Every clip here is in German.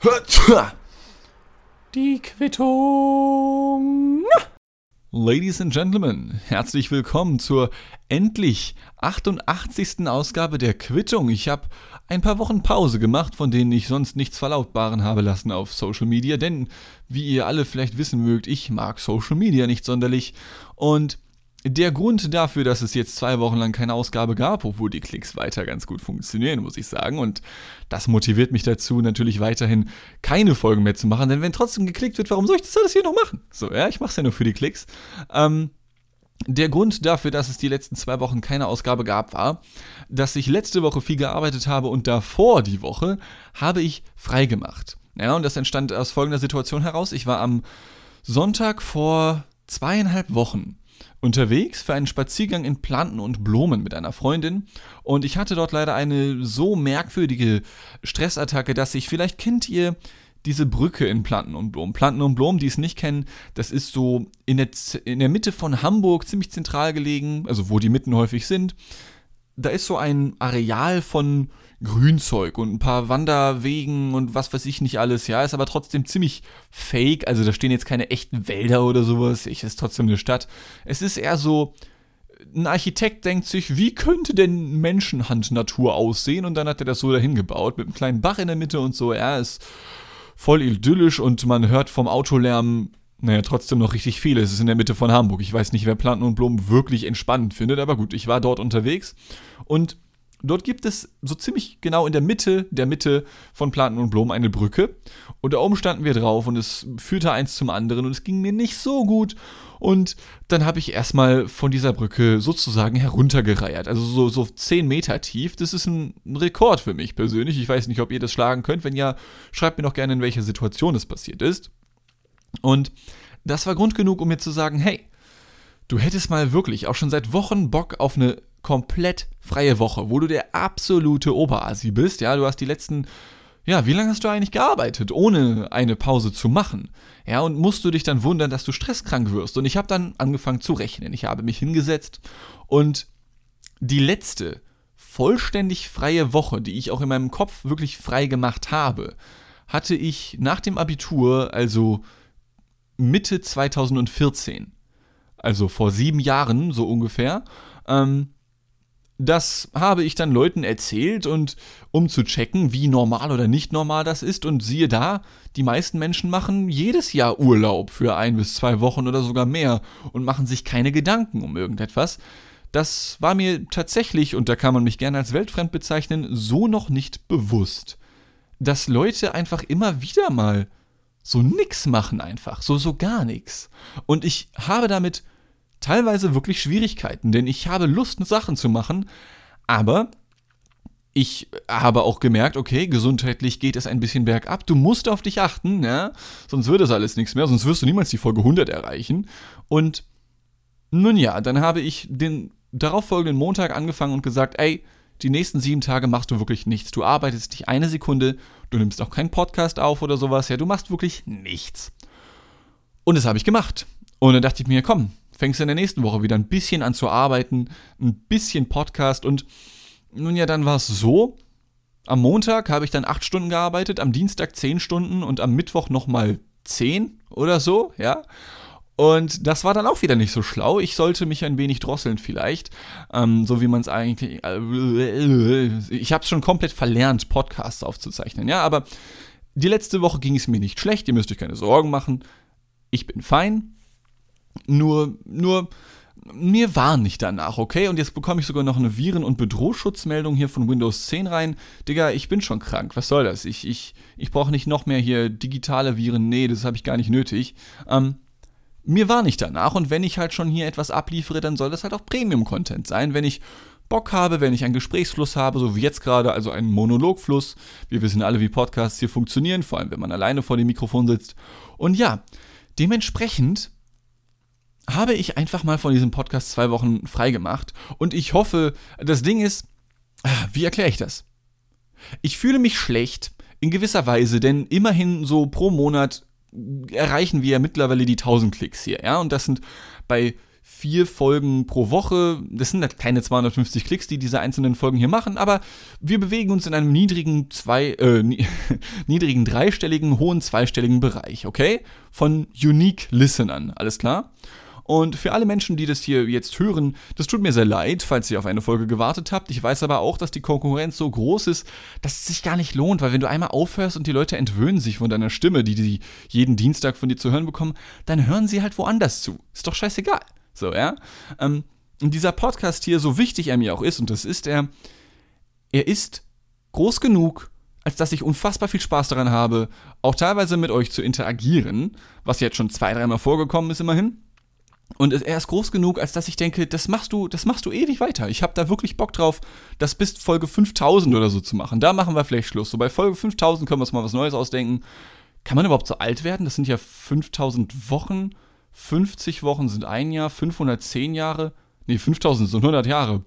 Die Quittung. Ladies and Gentlemen, herzlich willkommen zur endlich 88. Ausgabe der Quittung. Ich habe ein paar Wochen Pause gemacht, von denen ich sonst nichts verlautbaren habe lassen auf Social Media, denn wie ihr alle vielleicht wissen mögt, ich mag Social Media nicht sonderlich und der Grund dafür, dass es jetzt 2 Wochen lang keine Ausgabe gab, obwohl die Klicks weiter ganz gut funktionieren, muss ich sagen. Und das motiviert mich dazu, natürlich weiterhin keine Folgen mehr zu machen. Denn wenn trotzdem geklickt wird, warum soll ich das alles hier noch machen? So, ja, ich mache es ja nur für die Klicks. Der Grund dafür, dass es die letzten 2 Wochen keine Ausgabe gab, war, dass ich letzte Woche viel gearbeitet habe und davor die Woche habe ich frei gemacht. Ja, und das entstand aus folgender Situation heraus. Ich war am Sonntag vor 2,5 Wochen unterwegs für einen Spaziergang in Planten und Blumen mit einer Freundin und ich hatte dort leider eine so merkwürdige Stressattacke, dass vielleicht kennt ihr diese Brücke in Planten und Blumen. Planten und Blumen, die es nicht kennen, das ist so in der Mitte von Hamburg ziemlich zentral gelegen, also wo die Mitten häufig sind. Da ist so ein Areal von Grünzeug und ein paar Wanderwegen und was weiß ich nicht alles, ja, ist aber trotzdem ziemlich fake, also da stehen jetzt keine echten Wälder oder sowas, es ist trotzdem eine Stadt. Es ist eher so, ein Architekt denkt sich, wie könnte denn Menschenhand-Natur aussehen und dann hat er das so dahin gebaut, mit einem kleinen Bach in der Mitte und so, ja, ist voll idyllisch und man hört vom Autolärm, naja, trotzdem noch richtig viel. Es ist in der Mitte von Hamburg. Ich weiß nicht, wer Planten und Blumen wirklich entspannend findet, aber gut, ich war dort unterwegs und dort gibt es so ziemlich genau in der Mitte von Planten und Blumen eine Brücke und da oben standen wir drauf und es führte eins zum anderen und es ging mir nicht so gut und dann habe ich erstmal von dieser Brücke sozusagen heruntergereiert, also so 10 Meter tief. Das ist ein Rekord für mich persönlich. Ich weiß nicht, ob ihr das schlagen könnt. Wenn ja, schreibt mir doch gerne, in welcher Situation es passiert ist. Und das war Grund genug, um mir zu sagen, hey, du hättest mal wirklich auch schon seit Wochen Bock auf eine komplett freie Woche, wo du der absolute Oberasi bist, ja, du hast die letzten, ja, wie lange hast du eigentlich gearbeitet, ohne eine Pause zu machen, ja, und musst du dich dann wundern, dass du stresskrank wirst und ich habe dann angefangen zu rechnen, ich habe mich hingesetzt und die letzte vollständig freie Woche, die ich auch in meinem Kopf wirklich frei gemacht habe, hatte ich nach dem Abitur, also Mitte 2014, also vor 7 Jahren so ungefähr, das habe ich dann Leuten erzählt und um zu checken, wie normal oder nicht normal das ist und siehe da, die meisten Menschen machen jedes Jahr Urlaub für 1 bis 2 Wochen oder sogar mehr und machen sich keine Gedanken um irgendetwas. Das war mir tatsächlich, und da kann man mich gerne als weltfremd bezeichnen, so noch nicht bewusst, dass Leute einfach immer wieder mal so nix machen einfach, so gar nichts. Und ich habe damit teilweise wirklich Schwierigkeiten, denn ich habe Lust, Sachen zu machen, aber ich habe auch gemerkt, okay, gesundheitlich geht es ein bisschen bergab, du musst auf dich achten, ja, sonst wird das alles nichts mehr, sonst wirst du niemals die Folge 100 erreichen. Und nun ja, dann habe ich den darauffolgenden Montag angefangen und gesagt, ey, die nächsten 7 Tage machst du wirklich nichts, du arbeitest nicht eine Sekunde, du nimmst auch keinen Podcast auf oder sowas, ja, du machst wirklich nichts. Und das habe ich gemacht. Und dann dachte ich mir, komm, fängst du in der nächsten Woche wieder ein bisschen an zu arbeiten, ein bisschen Podcast und nun ja, dann war es so, am Montag habe ich dann 8 Stunden gearbeitet, am Dienstag 10 Stunden und am Mittwoch nochmal 10 oder so, ja. Und das war dann auch wieder nicht so schlau. Ich sollte mich ein wenig drosseln vielleicht, so wie man es eigentlich, ich habe es schon komplett verlernt, Podcasts aufzuzeichnen, ja, aber die letzte Woche ging es mir nicht schlecht, ihr müsst euch keine Sorgen machen, ich bin fein. Nur, mir war nicht danach, okay? Und jetzt bekomme ich sogar noch eine Viren- und Bedrohungsschutzmeldung hier von Windows 10 rein. Digga, ich bin schon krank, was soll das? Ich brauche nicht noch mehr hier digitale Viren, nee, das habe ich gar nicht nötig. Mir war nicht danach und wenn ich halt schon hier etwas abliefere, dann soll das halt auch Premium-Content sein, wenn ich Bock habe, wenn ich einen Gesprächsfluss habe, so wie jetzt gerade, also einen Monologfluss. Wir wissen alle, wie Podcasts hier funktionieren, vor allem wenn man alleine vor dem Mikrofon sitzt. Und ja, dementsprechend habe ich einfach mal von diesem Podcast 2 Wochen frei gemacht und ich hoffe, das Ding ist, wie erkläre ich das? Ich fühle mich schlecht in gewisser Weise, denn immerhin so pro Monat erreichen wir ja mittlerweile die 1000 Klicks hier, ja, und das sind bei 4 Folgen pro Woche. Das sind halt keine 250 Klicks, die diese einzelnen Folgen hier machen, aber wir bewegen uns in einem niedrigen dreistelligen, hohen zweistelligen Bereich, okay? Von Unique Listenern, alles klar? Und für alle Menschen, die das hier jetzt hören, das tut mir sehr leid, falls ihr auf eine Folge gewartet habt. Ich weiß aber auch, dass die Konkurrenz so groß ist, dass es sich gar nicht lohnt, weil wenn du einmal aufhörst und die Leute entwöhnen sich von deiner Stimme, die jeden Dienstag von dir zu hören bekommen, dann hören sie halt woanders zu. Ist doch scheißegal. So, ja? Und dieser Podcast hier, so wichtig er mir auch ist, und das ist er ist groß genug, als dass ich unfassbar viel Spaß daran habe, auch teilweise mit euch zu interagieren, was jetzt schon 2-3 Mal vorgekommen ist immerhin. Und er ist groß genug, als dass ich denke, das machst du ewig weiter. Ich habe da wirklich Bock drauf, das bis Folge 5000 oder so zu machen. Da machen wir vielleicht Schluss. So bei Folge 5000 können wir uns mal was Neues ausdenken. Kann man überhaupt so alt werden? Das sind ja 5000 Wochen. 50 Wochen sind ein Jahr. 510 Jahre. Nee, 5000 sind 100 Jahre.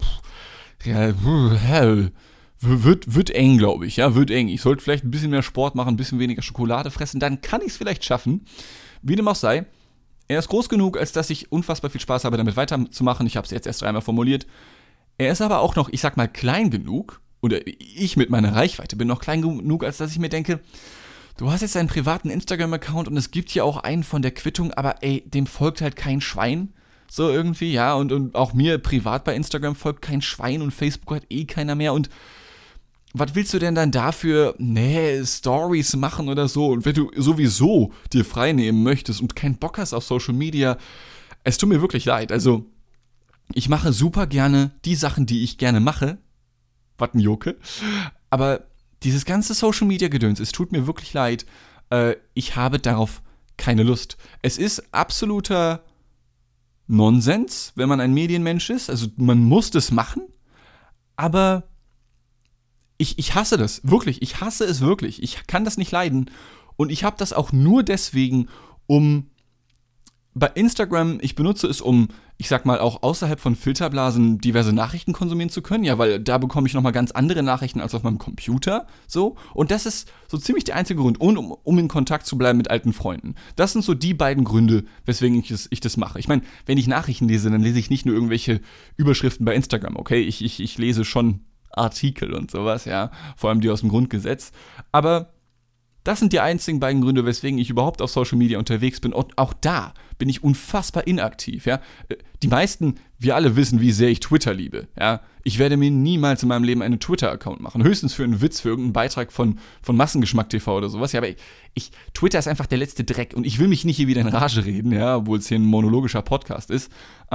Wird eng, glaube ich. Ja, wird eng. Ich sollte vielleicht ein bisschen mehr Sport machen, ein bisschen weniger Schokolade fressen. Dann kann ich es vielleicht schaffen. Wie dem auch sei. Er ist groß genug, als dass ich unfassbar viel Spaß habe, damit weiterzumachen. Ich habe es jetzt erst 3-mal formuliert. Er ist aber auch noch, ich sag mal, klein genug, oder ich mit meiner Reichweite bin noch klein genug, als dass ich mir denke, du hast jetzt einen privaten Instagram-Account und es gibt hier auch einen von der Quittung, aber ey, dem folgt halt kein Schwein. So irgendwie, ja, und auch mir privat bei Instagram folgt kein Schwein und Facebook hat eh keiner mehr und was willst du denn dann dafür, Stories machen oder so? Und wenn du sowieso dir frei nehmen möchtest und keinen Bock hast auf Social Media, es tut mir wirklich leid. Also, ich mache super gerne die Sachen, die ich gerne mache. Was ein Joke. Aber dieses ganze Social Media Gedöns, es tut mir wirklich leid. Ich habe darauf keine Lust. Es ist absoluter Nonsens, wenn man ein Medienmensch ist. Also, man muss das machen. Aber Ich hasse das, wirklich, ich hasse es wirklich. Ich kann das nicht leiden. Und ich habe das auch nur deswegen, bei Instagram, ich benutze es, ich sag mal, auch außerhalb von Filterblasen diverse Nachrichten konsumieren zu können. Ja, weil da bekomme ich nochmal ganz andere Nachrichten als auf meinem Computer. So. Und das ist so ziemlich der einzige Grund, um in Kontakt zu bleiben mit alten Freunden. Das sind so die beiden Gründe, weswegen ich das mache. Ich meine, wenn ich Nachrichten lese, dann lese ich nicht nur irgendwelche Überschriften bei Instagram, okay? Ich lese schon Artikel und sowas, ja, vor allem die aus dem Grundgesetz, aber das sind die einzigen beiden Gründe, weswegen ich überhaupt auf Social Media unterwegs bin und auch da bin ich unfassbar inaktiv, ja, die meisten, wir alle wissen, wie sehr ich Twitter liebe, ja, ich werde mir niemals in meinem Leben einen Twitter-Account machen, höchstens für einen Witz, für irgendeinen Beitrag von Massengeschmack TV oder sowas, ja, aber Twitter ist einfach der letzte Dreck und ich will mich nicht hier wieder in Rage reden, ja, obwohl es hier ein monologischer Podcast ist,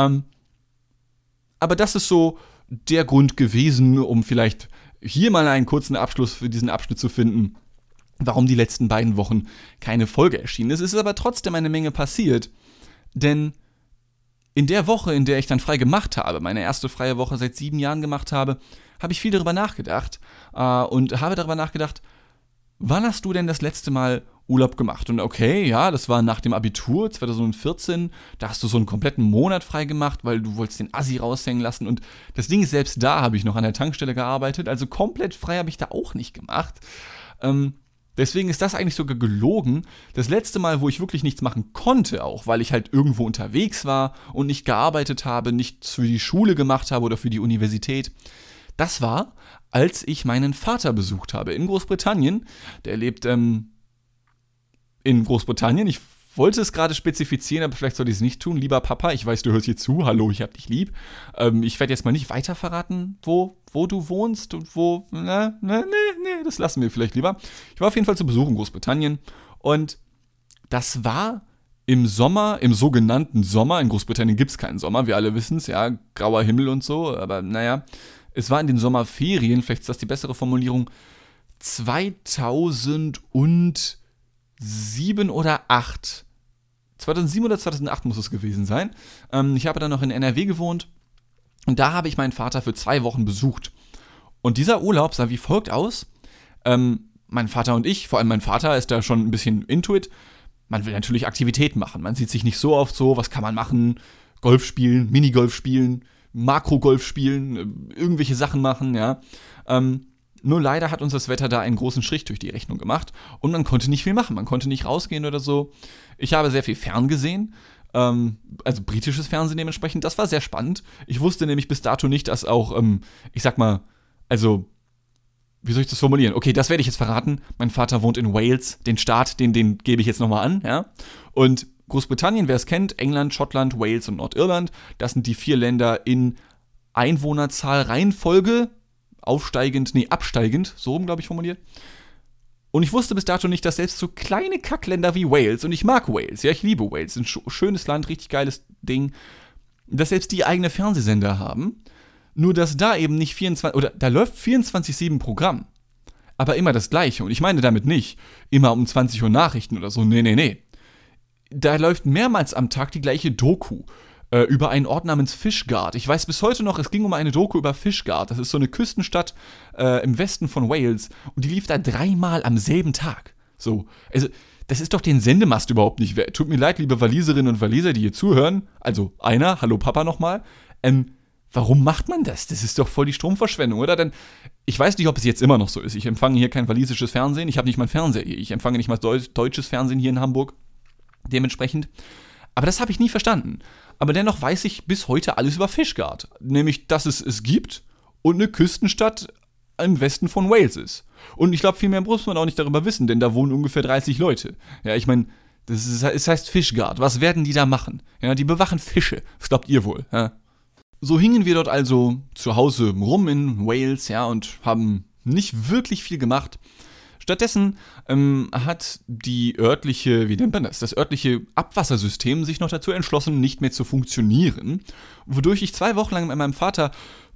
aber das ist so der Grund gewesen, um vielleicht hier mal einen kurzen Abschluss für diesen Abschnitt zu finden, warum die letzten beiden Wochen keine Folge erschienen ist. Es ist aber trotzdem eine Menge passiert, denn in der Woche, in der ich dann frei gemacht habe, meine erste freie Woche seit 7 Jahren gemacht habe, habe ich viel darüber nachgedacht und habe darüber nachgedacht, wann hast du denn das letzte Mal Urlaub gemacht? Und okay, ja, das war nach dem Abitur 2014, da hast du so einen kompletten Monat frei gemacht, weil du wolltest den Assi raushängen lassen und das Ding ist, selbst da habe ich noch an der Tankstelle gearbeitet, also komplett frei habe ich da auch nicht gemacht. Deswegen ist das eigentlich sogar gelogen. Das letzte Mal, wo ich wirklich nichts machen konnte auch, weil ich halt irgendwo unterwegs war und nicht gearbeitet habe, nichts für die Schule gemacht habe oder für die Universität, das war, als ich meinen Vater besucht habe in Großbritannien. Der lebt in Großbritannien. Ich wollte es gerade spezifizieren, aber vielleicht soll ich es nicht tun. Lieber Papa, ich weiß, du hörst hier zu. Hallo, ich hab dich lieb. Ich werde jetzt mal nicht weiter verraten, wo du wohnst und wo. Nee, das lassen wir vielleicht lieber. Ich war auf jeden Fall zu Besuch in Großbritannien und das war im Sommer, im sogenannten Sommer. In Großbritannien gibt es keinen Sommer, wir alle wissen es, ja, grauer Himmel und so, aber naja. Es war in den Sommerferien, vielleicht ist das die bessere Formulierung, 2007 oder 2008. 2007 oder 2008 muss es gewesen sein. Ich habe dann noch in NRW gewohnt und da habe ich meinen Vater für 2 Wochen besucht. Und dieser Urlaub sah wie folgt aus. Mein Vater und ich, vor allem mein Vater ist da schon ein bisschen into it. Man will natürlich Aktivitäten machen. Man sieht sich nicht so oft so, was kann man machen? Golf spielen, Minigolf spielen, Makro-Golf spielen, irgendwelche Sachen machen, ja. Nur leider hat uns das Wetter da einen großen Strich durch die Rechnung gemacht und man konnte nicht viel machen, man konnte nicht rausgehen oder so. Ich habe sehr viel ferngesehen, Also britisches Fernsehen dementsprechend. Das war sehr spannend. Ich wusste nämlich bis dato nicht, dass auch, ich sag mal, also, wie soll ich das formulieren? Okay, das werde ich jetzt verraten. Mein Vater wohnt in Wales. Den Staat, den gebe ich jetzt nochmal an, ja. Und Großbritannien, wer es kennt, England, Schottland, Wales und Nordirland, das sind die 4 Länder in Einwohnerzahl, Reihenfolge, absteigend, so rum, glaube ich, formuliert. Und ich wusste bis dato nicht, dass selbst so kleine Kackländer wie Wales, und ich mag Wales, ja, ich liebe Wales, ein schönes Land, richtig geiles Ding, dass selbst die eigene Fernsehsender haben, nur dass da eben nicht 24, oder da läuft 24/7 Programm, aber immer das Gleiche. Und ich meine damit nicht, immer um 20 Uhr Nachrichten oder so, nee. Da läuft mehrmals am Tag die gleiche Doku über einen Ort namens Fishguard. Ich weiß bis heute noch, es ging um eine Doku über Fishguard. Das ist so eine Küstenstadt im Westen von Wales und die lief da 3-mal am selben Tag. So, also das ist doch den Sendemast überhaupt nicht wert. Tut mir leid, liebe Waliserinnen und Waliser, die hier zuhören. Also einer, hallo Papa nochmal. Warum macht man das? Das ist doch voll die Stromverschwendung, oder? Denn ich weiß nicht, ob es jetzt immer noch so ist. Ich empfange hier kein walisisches Fernsehen. Ich habe nicht mal einen Fernseher hier. Ich empfange nicht mal deutsches Fernsehen hier in Hamburg. Dementsprechend. Aber das habe ich nie verstanden. Aber dennoch weiß ich bis heute alles über Fishguard. Nämlich, dass es gibt und eine Küstenstadt im Westen von Wales ist. Und ich glaube, viel mehr muss man auch nicht darüber wissen, denn da wohnen ungefähr 30 Leute. Ja, ich meine, es heißt Fishguard. Was werden die da machen? Ja, die bewachen Fische. Was glaubt ihr wohl? Ja? So hingen wir dort also zu Hause rum in Wales, ja, und haben nicht wirklich viel gemacht. Stattdessen hat die örtliche, wie nennt man das örtliche Abwassersystem sich noch dazu entschlossen, nicht mehr zu funktionieren, wodurch ich 2 Wochen lang mit meinem Vater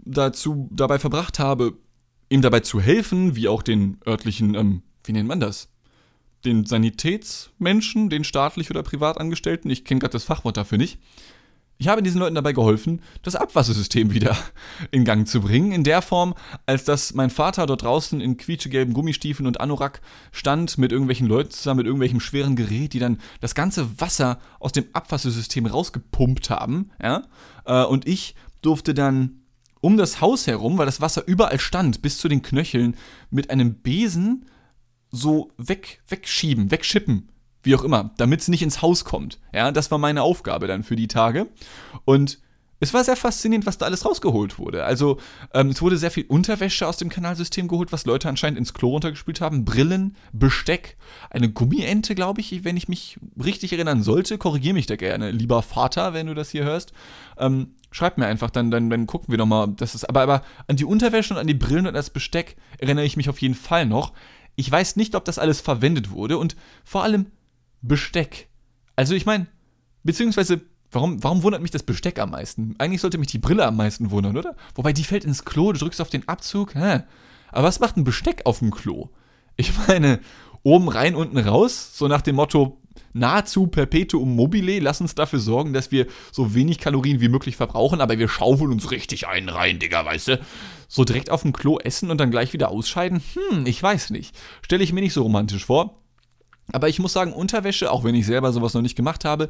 dabei verbracht habe, ihm dabei zu helfen, wie auch den örtlichen, wie nennt man das? Den Sanitätsmenschen, den staatlich oder privat Angestellten, ich kenne gerade das Fachwort dafür nicht. Ich habe diesen Leuten dabei geholfen, das Abwassersystem wieder in Gang zu bringen, in der Form, als dass mein Vater dort draußen in quietschegelben Gummistiefeln und Anorak stand mit irgendwelchen Leuten zusammen, mit irgendwelchem schweren Gerät, die dann das ganze Wasser aus dem Abwassersystem rausgepumpt haben, ja, und ich durfte dann um das Haus herum, weil das Wasser überall stand, bis zu den Knöcheln, mit einem Besen so wegschippen, wie auch immer, damit es nicht ins Haus kommt. Ja, das war meine Aufgabe dann für die Tage. Und es war sehr faszinierend, was da alles rausgeholt wurde. Also, es wurde sehr viel Unterwäsche aus dem Kanalsystem geholt, was Leute anscheinend ins Klo runtergespült haben. Brillen, Besteck, eine Gummiente, glaube ich, wenn ich mich richtig erinnern sollte. Korrigiere mich da gerne, lieber Vater, wenn du das hier hörst. Schreib mir einfach, dann gucken wir nochmal. Aber an die Unterwäsche und an die Brillen und an das Besteck erinnere ich mich auf jeden Fall noch. Ich weiß nicht, ob das alles verwendet wurde und vor allem Besteck. Also ich meine, beziehungsweise, warum wundert mich das Besteck am meisten? Eigentlich sollte mich die Brille am meisten wundern, oder? Wobei, die fällt ins Klo, du drückst auf den Abzug. Aber was macht ein Besteck auf dem Klo? Ich meine, oben rein, unten raus, so nach dem Motto, nahezu perpetuum mobile, lass uns dafür sorgen, dass wir so wenig Kalorien wie möglich verbrauchen, aber wir schaufeln uns richtig einen rein, Digga, weißt du? So direkt auf dem Klo essen und dann gleich wieder ausscheiden? Ich weiß nicht. Stelle ich mir nicht so romantisch vor. Aber ich muss sagen, Unterwäsche, auch wenn ich selber sowas noch nicht gemacht habe,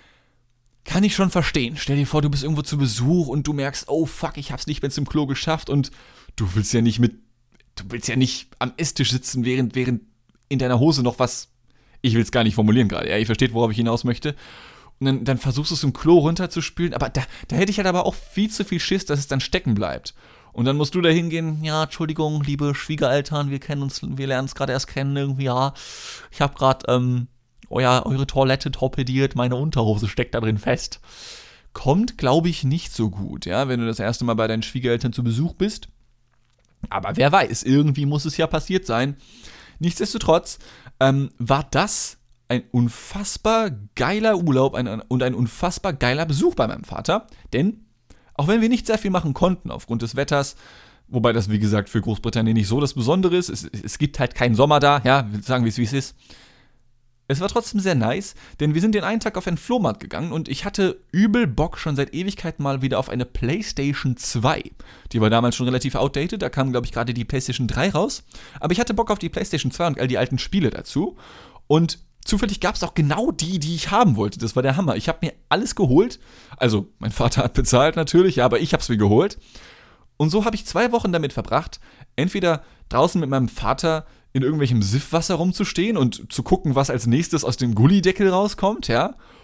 kann ich schon verstehen. Stell dir vor, du bist irgendwo zu Besuch und du merkst, oh fuck, ich hab's nicht mehr zum Klo geschafft und du willst ja nicht am Esstisch sitzen, während in deiner Hose noch was, ich will es gar nicht formulieren gerade, ja, ihr versteht, worauf ich hinaus möchte. Und dann versuchst du es im Klo runterzuspülen, aber da hätte ich halt aber auch viel zu viel Schiss, dass es dann stecken bleibt. Und dann musst du da hingehen, ja, Entschuldigung, liebe Schwiegereltern, wir lernen es gerade erst kennen, irgendwie, ja, ich habe gerade eure Toilette torpediert, meine Unterhose steckt da drin fest. Kommt, glaube ich, nicht so gut, ja, wenn du das erste Mal bei deinen Schwiegereltern zu Besuch bist. Aber wer weiß, irgendwie muss es ja passiert sein. Nichtsdestotrotz war das ein unfassbar geiler Urlaub und ein unfassbar geiler Besuch bei meinem Vater, denn auch wenn wir nicht sehr viel machen konnten aufgrund des Wetters, wobei das, wie gesagt, für Großbritannien nicht so das Besondere ist, es gibt halt keinen Sommer da, ja, sagen wir es, wie es ist. Es war trotzdem sehr nice, denn wir sind den einen Tag auf einen Flohmarkt gegangen und ich hatte übel Bock schon seit Ewigkeiten mal wieder auf eine PlayStation 2. Die war damals schon relativ outdated, da kam, glaube ich, gerade die PlayStation 3 raus. Aber ich hatte Bock auf die PlayStation 2 und all die alten Spiele dazu. Und zufällig gab es auch genau die ich haben wollte. Das war der Hammer. Ich habe mir alles geholt. Also, mein Vater hat bezahlt natürlich, ja, aber ich habe es mir geholt. Und so habe ich 2 Wochen damit verbracht, entweder draußen mit meinem Vater in irgendwelchem Siffwasser rumzustehen und zu gucken, was als nächstes aus dem Gullideckel rauskommt, ja,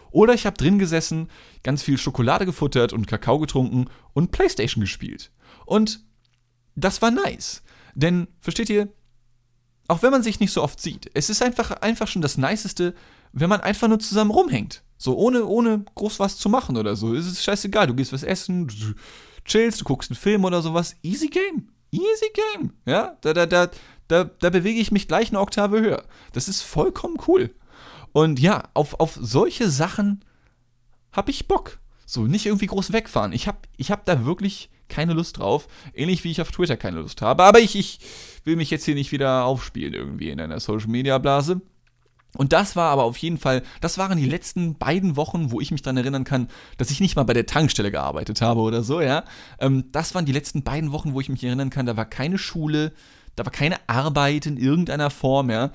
Oder ich habe drin gesessen, ganz viel Schokolade gefuttert und Kakao getrunken und Playstation gespielt. Und das war nice. Denn, versteht ihr, auch wenn man sich nicht so oft sieht, es ist einfach schon das Niceste, wenn man einfach nur zusammen rumhängt. So ohne groß was zu machen oder so. Es ist scheißegal, du gehst was essen, du chillst, du guckst einen Film oder sowas. Easy game. Easy game. Ja, da bewege ich mich gleich eine Oktave höher. Das ist vollkommen cool. Und ja, auf solche Sachen habe ich Bock. So, nicht irgendwie groß wegfahren. Ich hab da wirklich keine Lust drauf. Ähnlich wie ich auf Twitter keine Lust habe. Aber ich will mich jetzt hier nicht wieder aufspielen irgendwie in einer Social-Media-Blase. Und das war aber auf jeden Fall, das waren die letzten beiden Wochen, wo ich mich daran erinnern kann, dass ich nicht mal bei der Tankstelle gearbeitet habe oder so, ja. Das waren die letzten beiden Wochen, wo ich mich erinnern kann, da war keine Schule, da war keine Arbeit in irgendeiner Form, ja.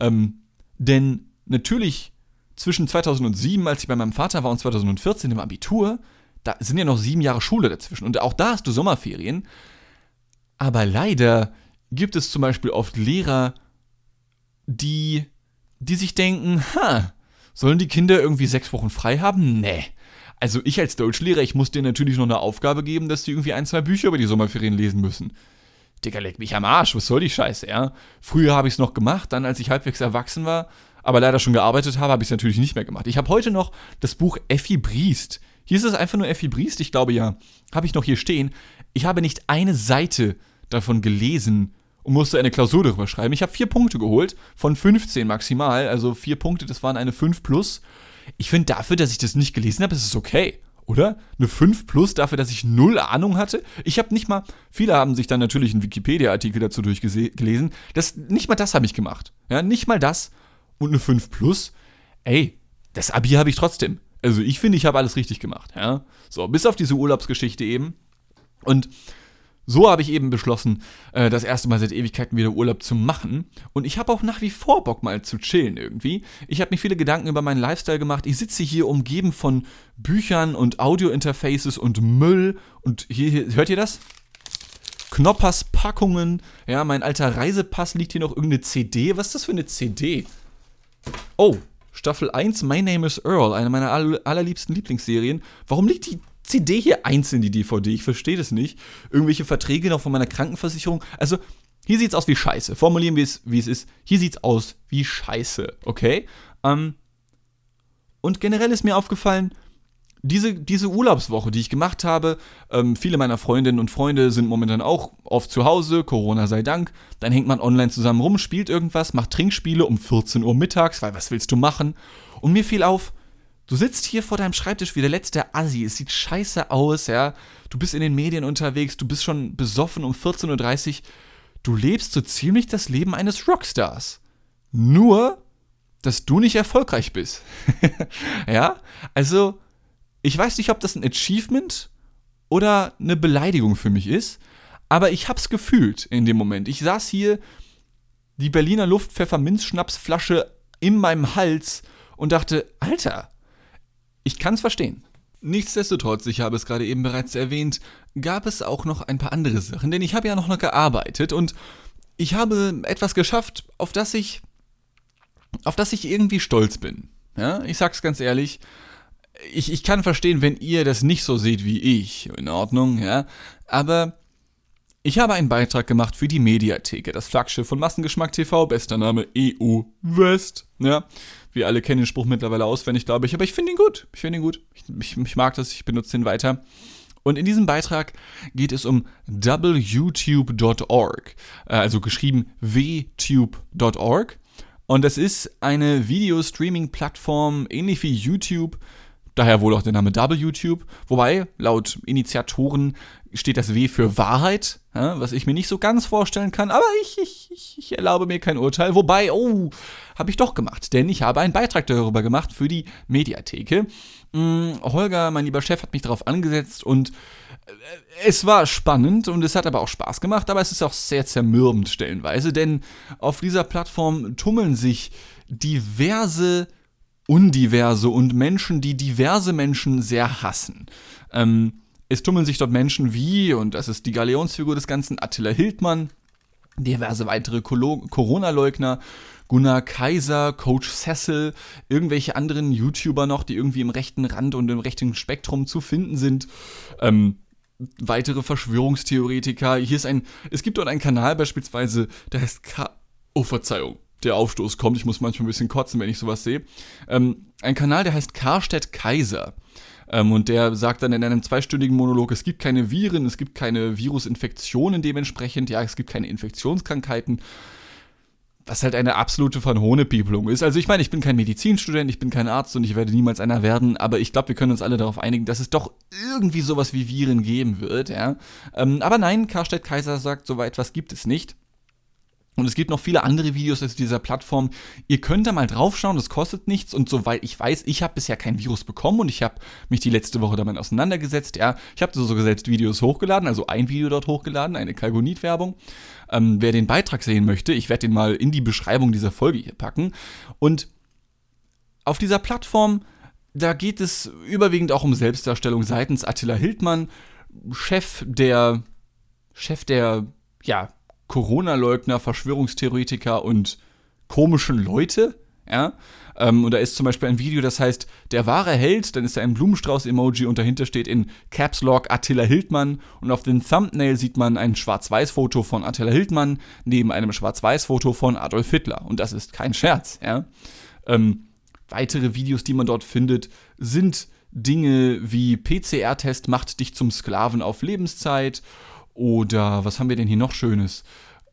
Denn natürlich zwischen 2007, als ich bei meinem Vater war, und 2014 im Abitur, da sind ja noch 7 Jahre Schule dazwischen. Und auch da hast du Sommerferien. Aber leider gibt es zum Beispiel oft Lehrer, die sich denken, sollen die Kinder irgendwie 6 Wochen frei haben? Nee. Also ich als Deutschlehrer, ich muss denen natürlich noch eine Aufgabe geben, dass die irgendwie 1, 2 Bücher über die Sommerferien lesen müssen. Digga, leck mich am Arsch, was soll die Scheiße, ja? Früher habe ich es noch gemacht, dann als ich halbwegs erwachsen war, aber leider schon gearbeitet habe ich es natürlich nicht mehr gemacht. Ich habe heute noch das Buch Effi Briest. Hier ist es einfach nur Effi Briest, ich glaube ja. Habe ich noch hier stehen. Ich habe nicht eine Seite davon gelesen und musste eine Klausur darüber schreiben. Ich habe 4 Punkte geholt, von 15 maximal, also 4 Punkte, das waren eine 5+. Ich finde dafür, dass ich das nicht gelesen habe, ist es okay, oder? Eine 5+ dafür, dass ich 0 Ahnung hatte. Ich habe nicht mal, viele haben sich dann natürlich einen Wikipedia-Artikel dazu durchgelesen, nicht mal das habe ich gemacht. Ja, nicht mal das und eine 5+. Ey, das Abi habe ich trotzdem. Also ich finde, ich habe alles richtig gemacht, ja. So, bis auf diese Urlaubsgeschichte eben. Und so habe ich eben beschlossen, das erste Mal seit Ewigkeiten wieder Urlaub zu machen. Und ich habe auch nach wie vor Bock mal zu chillen irgendwie. Ich habe mir viele Gedanken über meinen Lifestyle gemacht. Ich sitze hier umgeben von Büchern und Audio-Interfaces und Müll. Und hier, hört ihr das? Knoppers Packungen. Ja, mein alter Reisepass liegt hier noch, irgendeine CD. Was ist das für eine CD? Oh, Staffel 1, My Name is Earl, eine meiner allerliebsten Lieblingsserien. Warum liegt die CD hier einzeln, die DVD? Ich verstehe das nicht. Irgendwelche Verträge noch von meiner Krankenversicherung. Also, hier sieht's aus wie Scheiße. Formulieren wir es, wie es ist. Hier sieht's aus wie Scheiße, okay? Und generell ist mir aufgefallen, diese Urlaubswoche, die ich gemacht habe, viele meiner Freundinnen und Freunde sind momentan auch oft zu Hause, Corona sei Dank. Dann hängt man online zusammen rum, spielt irgendwas, macht Trinkspiele um 14 Uhr mittags, weil was willst du machen? Und mir fiel auf, du sitzt hier vor deinem Schreibtisch wie der letzte Assi, es sieht scheiße aus, ja. Du bist in den Medien unterwegs, du bist schon besoffen um 14.30 Uhr. Du lebst so ziemlich das Leben eines Rockstars. Nur, dass du nicht erfolgreich bist. Ja, also ich weiß nicht, ob das ein Achievement oder eine Beleidigung für mich ist, aber ich hab's gefühlt in dem Moment. Ich saß hier, die Berliner Luft Pfefferminzschnapsflasche in meinem Hals und dachte, Alter, ich kann's verstehen. Nichtsdestotrotz, ich habe es gerade eben bereits erwähnt, gab es auch noch ein paar andere Sachen, denn ich habe ja noch gearbeitet und ich habe etwas geschafft, auf das ich irgendwie stolz bin. Ja, ich sag's ganz ehrlich, ich kann verstehen, wenn ihr das nicht so seht wie ich, in Ordnung, ja, aber ich habe einen Beitrag gemacht für die Mediatheke, das Flaggschiff von Massengeschmack TV, bester Name EU West, ja. Wir alle kennen den Spruch mittlerweile auswendig, glaube ich, aber ich finde ihn gut. Ich mag das, ich benutze ihn weiter. Und in diesem Beitrag geht es um wtube.org, also geschrieben wtube.org. Und das ist eine Video-Streaming-Plattform, ähnlich wie YouTube, daher wohl auch der Name WTube, wobei laut Initiatoren steht das W für Wahrheit, ja, was ich mir nicht so ganz vorstellen kann, aber ich erlaube mir kein Urteil, wobei, habe ich doch gemacht, denn ich habe einen Beitrag darüber gemacht für die Mediatheke. Holger, mein lieber Chef, hat mich darauf angesetzt und es war spannend und es hat aber auch Spaß gemacht, aber es ist auch sehr zermürbend stellenweise, denn auf dieser Plattform tummeln sich diverse Undiverse und Menschen, die diverse Menschen sehr hassen. Es tummeln sich dort Menschen wie, und das ist die Galionsfigur des Ganzen, Attila Hildmann, diverse weitere Corona-Leugner, Gunnar Kaiser, Coach Cecil, irgendwelche anderen YouTuber noch, die irgendwie im rechten Rand und im rechten Spektrum zu finden sind. Weitere Verschwörungstheoretiker. Es gibt dort einen Kanal beispielsweise, der heißt Verzeihung, der Aufstoß kommt, ich muss manchmal ein bisschen kotzen, wenn ich sowas sehe. Ein Kanal, der heißt Karstedt Kaiser. Und der sagt dann in einem 2-stündigen Monolog, es gibt keine Viren, es gibt keine Virusinfektionen dementsprechend, ja, es gibt keine Infektionskrankheiten, was halt eine absolute Verhohnepiepelung ist. Also ich meine, ich bin kein Medizinstudent, ich bin kein Arzt und ich werde niemals einer werden, aber ich glaube, wir können uns alle darauf einigen, dass es doch irgendwie sowas wie Viren geben wird, ja. Aber nein, Karstedt Kaiser sagt, so etwas gibt es nicht. Und es gibt noch viele andere Videos aus dieser Plattform. Ihr könnt da mal draufschauen, das kostet nichts. Und soweit ich weiß, ich habe bisher kein Virus bekommen und ich habe mich die letzte Woche damit auseinandergesetzt. Ja, ich habe sogar selbst Videos hochgeladen, also ein Video dort hochgeladen, eine Kalgonit-Werbung. Wer den Beitrag sehen möchte, ich werde den mal in die Beschreibung dieser Folge hier packen. Und auf dieser Plattform, da geht es überwiegend auch um Selbstdarstellung seitens Attila Hildmann, Chef der Corona-Leugner, Verschwörungstheoretiker und komischen Leute, ja. Und da ist zum Beispiel ein Video, das heißt, der wahre Held, dann ist da ein Blumenstrauß-Emoji und dahinter steht in Caps Lock Attila Hildmann und auf dem Thumbnail sieht man ein Schwarz-Weiß-Foto von Attila Hildmann neben einem Schwarz-Weiß-Foto von Adolf Hitler. Und das ist kein Scherz, ja. Weitere Videos, die man dort findet, sind Dinge wie PCR-Test macht dich zum Sklaven auf Lebenszeit. Oder was haben wir denn hier noch Schönes?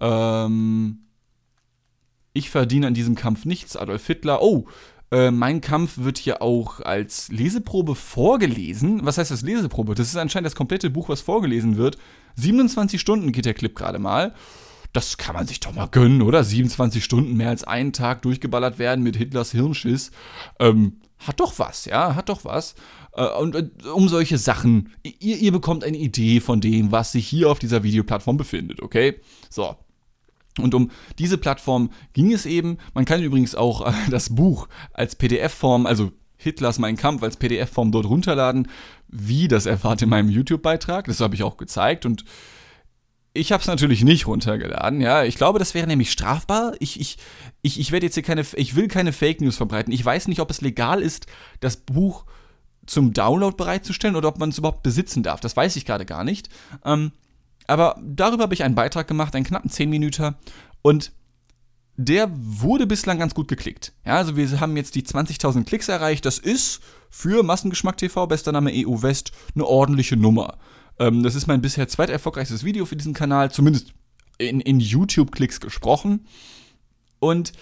Ich verdiene an diesem Kampf nichts, Adolf Hitler. Mein Kampf wird hier auch als Leseprobe vorgelesen. Was heißt das Leseprobe? Das ist anscheinend das komplette Buch, was vorgelesen wird. 27 Stunden geht der Clip gerade mal. Das kann man sich doch mal gönnen, oder? 27 Stunden, mehr als einen Tag durchgeballert werden mit Hitlers Hirnschiss. Hat doch was, ja, hat doch was. Und um solche Sachen, ihr bekommt eine Idee von dem, was sich hier auf dieser Videoplattform befindet, okay? So. Und um diese Plattform ging es eben. Man kann übrigens auch das Buch als PDF-Form, also Hitlers Mein Kampf als PDF-Form dort runterladen. Wie, das erfahrt ihr in meinem YouTube-Beitrag. Das habe ich auch gezeigt und ich habe es natürlich nicht runtergeladen, ja. Ich glaube, das wäre nämlich strafbar. Ich werde jetzt hier ich will keine Fake News verbreiten. Ich weiß nicht, ob es legal ist, das Buch zum Download bereitzustellen oder ob man es überhaupt besitzen darf. Das weiß ich gerade gar nicht. Aber darüber habe ich einen Beitrag gemacht, einen knappen 10 Minuten. Und der wurde bislang ganz gut geklickt. Ja, also wir haben jetzt die 20.000 Klicks erreicht. Das ist für Massengeschmack TV, bester Name EU West, eine ordentliche Nummer. Das ist mein bisher zweiterfolgreichstes Video für diesen Kanal, zumindest in YouTube-Klicks gesprochen. Und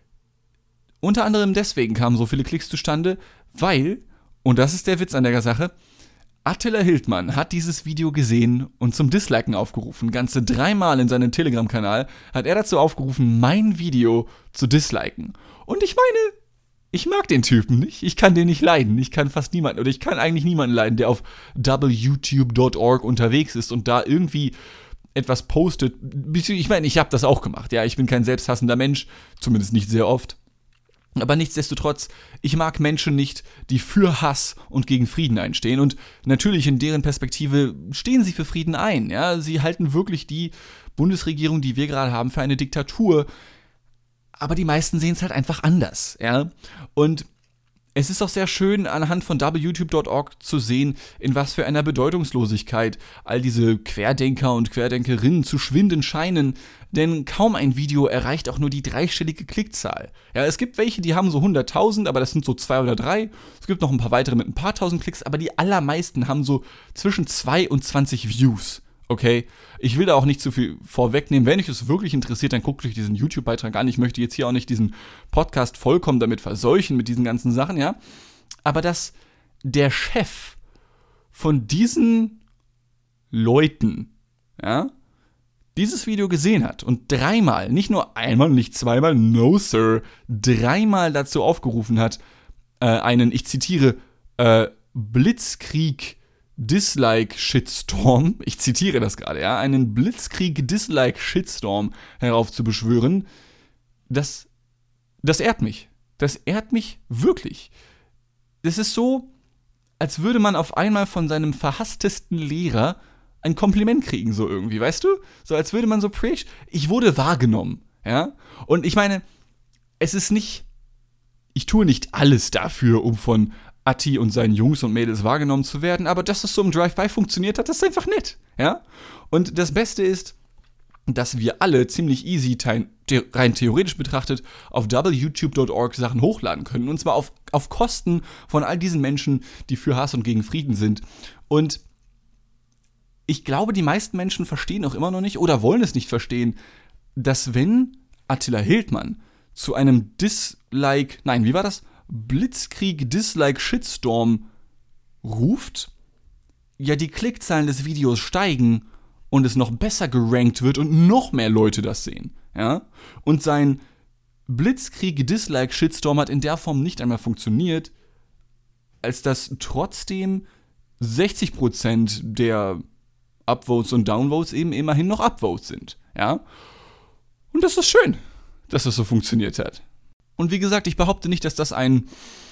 unter anderem deswegen kamen so viele Klicks zustande, weil, und das ist der Witz an der Sache, Attila Hildmann hat dieses Video gesehen und zum Disliken aufgerufen. Ganze 3-mal in seinem Telegram-Kanal hat er dazu aufgerufen, mein Video zu disliken. Und ich meine, ich mag den Typen nicht. Ich kann den nicht leiden. Ich kann fast niemanden, oder ich kann eigentlich niemanden leiden, der auf wyoutube.org unterwegs ist und da irgendwie etwas postet. Ich meine, ich habe das auch gemacht. Ja, ich bin kein selbsthassender Mensch, zumindest nicht sehr oft. Aber nichtsdestotrotz, ich mag Menschen nicht, die für Hass und gegen Frieden einstehen. Und natürlich in deren Perspektive stehen sie für Frieden ein. Ja? Sie halten wirklich die Bundesregierung, die wir gerade haben, für eine Diktatur. Aber die meisten sehen es halt einfach anders. Ja? Und es ist auch sehr schön, anhand von wyoutube.org zu sehen, in was für einer Bedeutungslosigkeit all diese Querdenker und Querdenkerinnen zu schwinden scheinen, denn kaum ein Video erreicht auch nur die 3-stellige Klickzahl. Ja, es gibt welche, die haben so 100.000, aber das sind so 2 oder 3. Es gibt noch ein paar weitere mit ein paar tausend Klicks, aber die allermeisten haben so zwischen 2 und 20 Views. Okay, ich will da auch nicht zu viel vorwegnehmen. Wenn euch es wirklich interessiert, dann guckt euch diesen YouTube-Beitrag an. Ich möchte jetzt hier auch nicht diesen Podcast vollkommen damit verseuchen, mit diesen ganzen Sachen, ja. Aber dass der Chef von diesen Leuten, ja, dieses Video gesehen hat und 3-mal, nicht nur einmal, nicht 2-mal, no sir, 3-mal dazu aufgerufen hat, einen, ich zitiere, Blitzkrieg-Dislike-Shitstorm, ich zitiere das gerade, ja, einen Blitzkrieg-Dislike-Shitstorm heraufzubeschwören, das ehrt mich. Das ehrt mich wirklich. Das ist so, als würde man auf einmal von seinem verhasstesten Lehrer ein Kompliment kriegen, so irgendwie, weißt du? So als würde man so ich wurde wahrgenommen, ja? Und ich meine, es ist nicht, ich tue nicht alles dafür, um von Atti und seinen Jungs und Mädels wahrgenommen zu werden, aber dass das so im Drive-By funktioniert hat, das ist einfach nett, ja? Und das Beste ist, dass wir alle ziemlich easy, rein theoretisch betrachtet, auf wyoutube.org Sachen hochladen können. Und zwar auf Kosten von all diesen Menschen, die für Hass und gegen Frieden sind. Und ich glaube, die meisten Menschen verstehen auch immer noch nicht oder wollen es nicht verstehen, dass wenn Attila Hildmann zu einem Blitzkrieg-Dislike-Shitstorm ruft, ja die Klickzahlen des Videos steigen und es noch besser gerankt wird und noch mehr Leute das sehen. Ja? Und sein Blitzkrieg-Dislike-Shitstorm hat in der Form nicht einmal funktioniert, als dass trotzdem 60% der Upvotes und Downvotes eben immerhin noch Upvotes sind. Ja? Und das ist schön, dass das so funktioniert hat. Und wie gesagt, ich behaupte nicht, dass das ein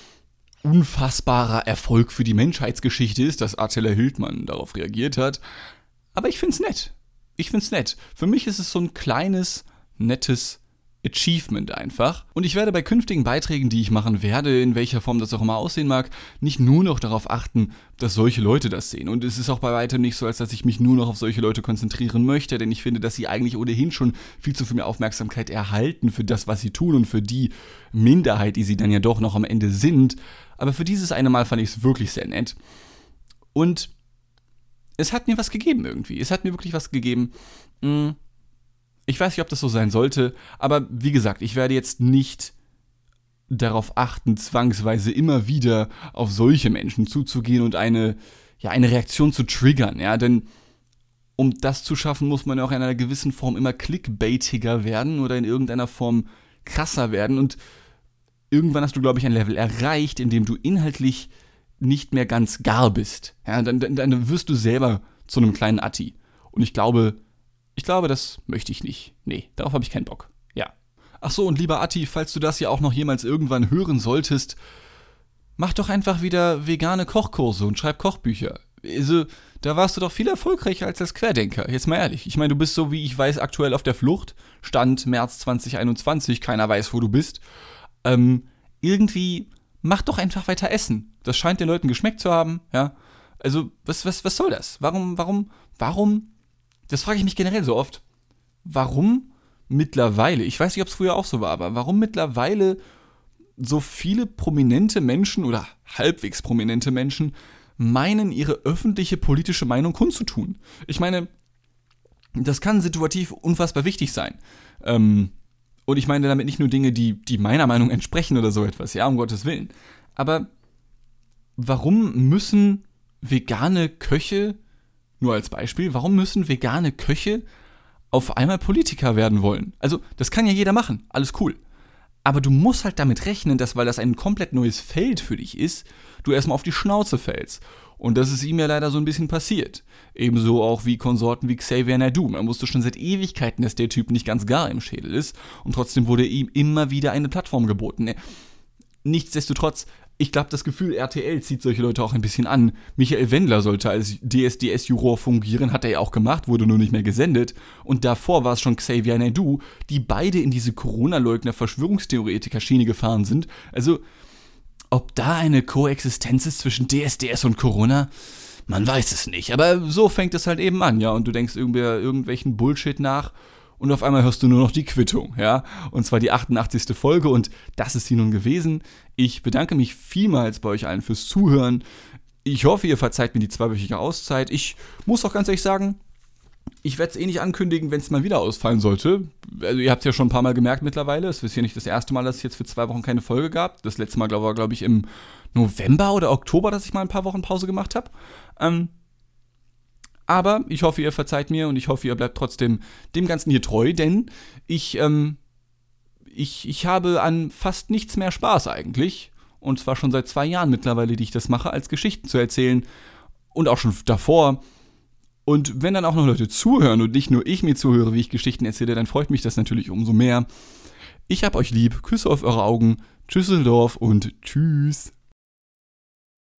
unfassbarer Erfolg für die Menschheitsgeschichte ist, dass Attila Hildmann darauf reagiert hat. Aber ich find's nett. Für mich ist es so ein kleines, nettes Achievement einfach. Und ich werde bei künftigen Beiträgen, die ich machen werde, in welcher Form das auch immer aussehen mag, nicht nur noch darauf achten, dass solche Leute das sehen. Und es ist auch bei weitem nicht so, als dass ich mich nur noch auf solche Leute konzentrieren möchte, denn ich finde, dass sie eigentlich ohnehin schon viel zu viel mehr Aufmerksamkeit erhalten für das, was sie tun und für die Minderheit, die sie dann ja doch noch am Ende sind. Aber für dieses eine Mal fand ich es wirklich sehr nett. Und es hat mir was gegeben irgendwie. Es hat mir wirklich was gegeben. Ich weiß nicht, ob das so sein sollte, aber wie gesagt, ich werde jetzt nicht darauf achten, zwangsweise immer wieder auf solche Menschen zuzugehen und eine Reaktion zu triggern, ja, denn um das zu schaffen, muss man ja auch in einer gewissen Form immer clickbaitiger werden oder in irgendeiner Form krasser werden und irgendwann hast du, glaube ich, ein Level erreicht, in dem du inhaltlich nicht mehr ganz gar bist. Ja, dann wirst du selber zu einem kleinen Atti. Und ich glaube, das möchte ich nicht. Nee, darauf habe ich keinen Bock. Ja. Ach so, und lieber Atti, falls du das ja auch noch jemals irgendwann hören solltest, mach doch einfach wieder vegane Kochkurse und schreib Kochbücher. Also, da warst du doch viel erfolgreicher als das Querdenker. Jetzt mal ehrlich. Ich meine, du bist so, wie ich weiß, aktuell auf der Flucht. Stand März 2021, keiner weiß, wo du bist. Irgendwie mach doch einfach weiter Essen. Das scheint den Leuten geschmeckt zu haben, ja. Also, was soll das? Warum, das frage ich mich generell so oft, warum mittlerweile, ich weiß nicht, ob es früher auch so war, aber warum mittlerweile so viele prominente Menschen oder halbwegs prominente Menschen meinen, ihre öffentliche politische Meinung kundzutun? Ich meine, das kann situativ unfassbar wichtig sein. Und ich meine damit nicht nur Dinge, die meiner Meinung entsprechen oder so etwas, ja, um Gottes Willen. Aber warum müssen vegane Köche, nur als Beispiel, warum müssen vegane Köche auf einmal Politiker werden wollen? Also, das kann ja jeder machen, alles cool. Aber du musst halt damit rechnen, dass, weil das ein komplett neues Feld für dich ist, du erstmal auf die Schnauze fällst. Und das ist ihm ja leider so ein bisschen passiert. Ebenso auch wie Konsorten wie Xavier Naidoo. Man wusste schon seit Ewigkeiten, dass der Typ nicht ganz gar im Schädel ist. Und trotzdem wurde ihm immer wieder eine Plattform geboten. Nichtsdestotrotz, ich glaube, das Gefühl, RTL zieht solche Leute auch ein bisschen an. Michael Wendler sollte als DSDS-Juror fungieren, hat er ja auch gemacht, wurde nur nicht mehr gesendet. Und davor war es schon Xavier Naidoo, die beide in diese Corona-Leugner-Verschwörungstheoretiker-Schiene gefahren sind. Also, ob da eine Koexistenz ist zwischen DSDS und Corona, man weiß es nicht. Aber so fängt es halt eben an, ja. Und du denkst irgendwelchen Bullshit nach und auf einmal hörst du nur noch die Quittung, ja. Und zwar die 88. Folge und das ist sie nun gewesen. Ich bedanke mich vielmals bei euch allen fürs Zuhören. Ich hoffe, ihr verzeiht mir die 2-wöchige Auszeit. Ich muss auch ganz ehrlich sagen, ich werde es nicht ankündigen, wenn es mal wieder ausfallen sollte. Also ihr habt es ja schon ein paar Mal gemerkt mittlerweile. Es ist ja nicht das erste Mal, dass es jetzt für 2 Wochen keine Folge gab. Das letzte Mal war, glaube ich, im November oder Oktober, dass ich mal ein paar Wochen Pause gemacht habe. Aber ich hoffe, ihr verzeiht mir und ich hoffe, ihr bleibt trotzdem dem Ganzen hier treu, denn ich habe an fast nichts mehr Spaß eigentlich. Und zwar schon seit 2 Jahren mittlerweile, die ich das mache, als Geschichten zu erzählen. Und auch schon davor. Und wenn dann auch noch Leute zuhören und nicht nur ich mir zuhöre, wie ich Geschichten erzähle, dann freut mich das natürlich umso mehr. Ich hab euch lieb, Küsse auf eure Augen, Tschüsseldorf und tschüss.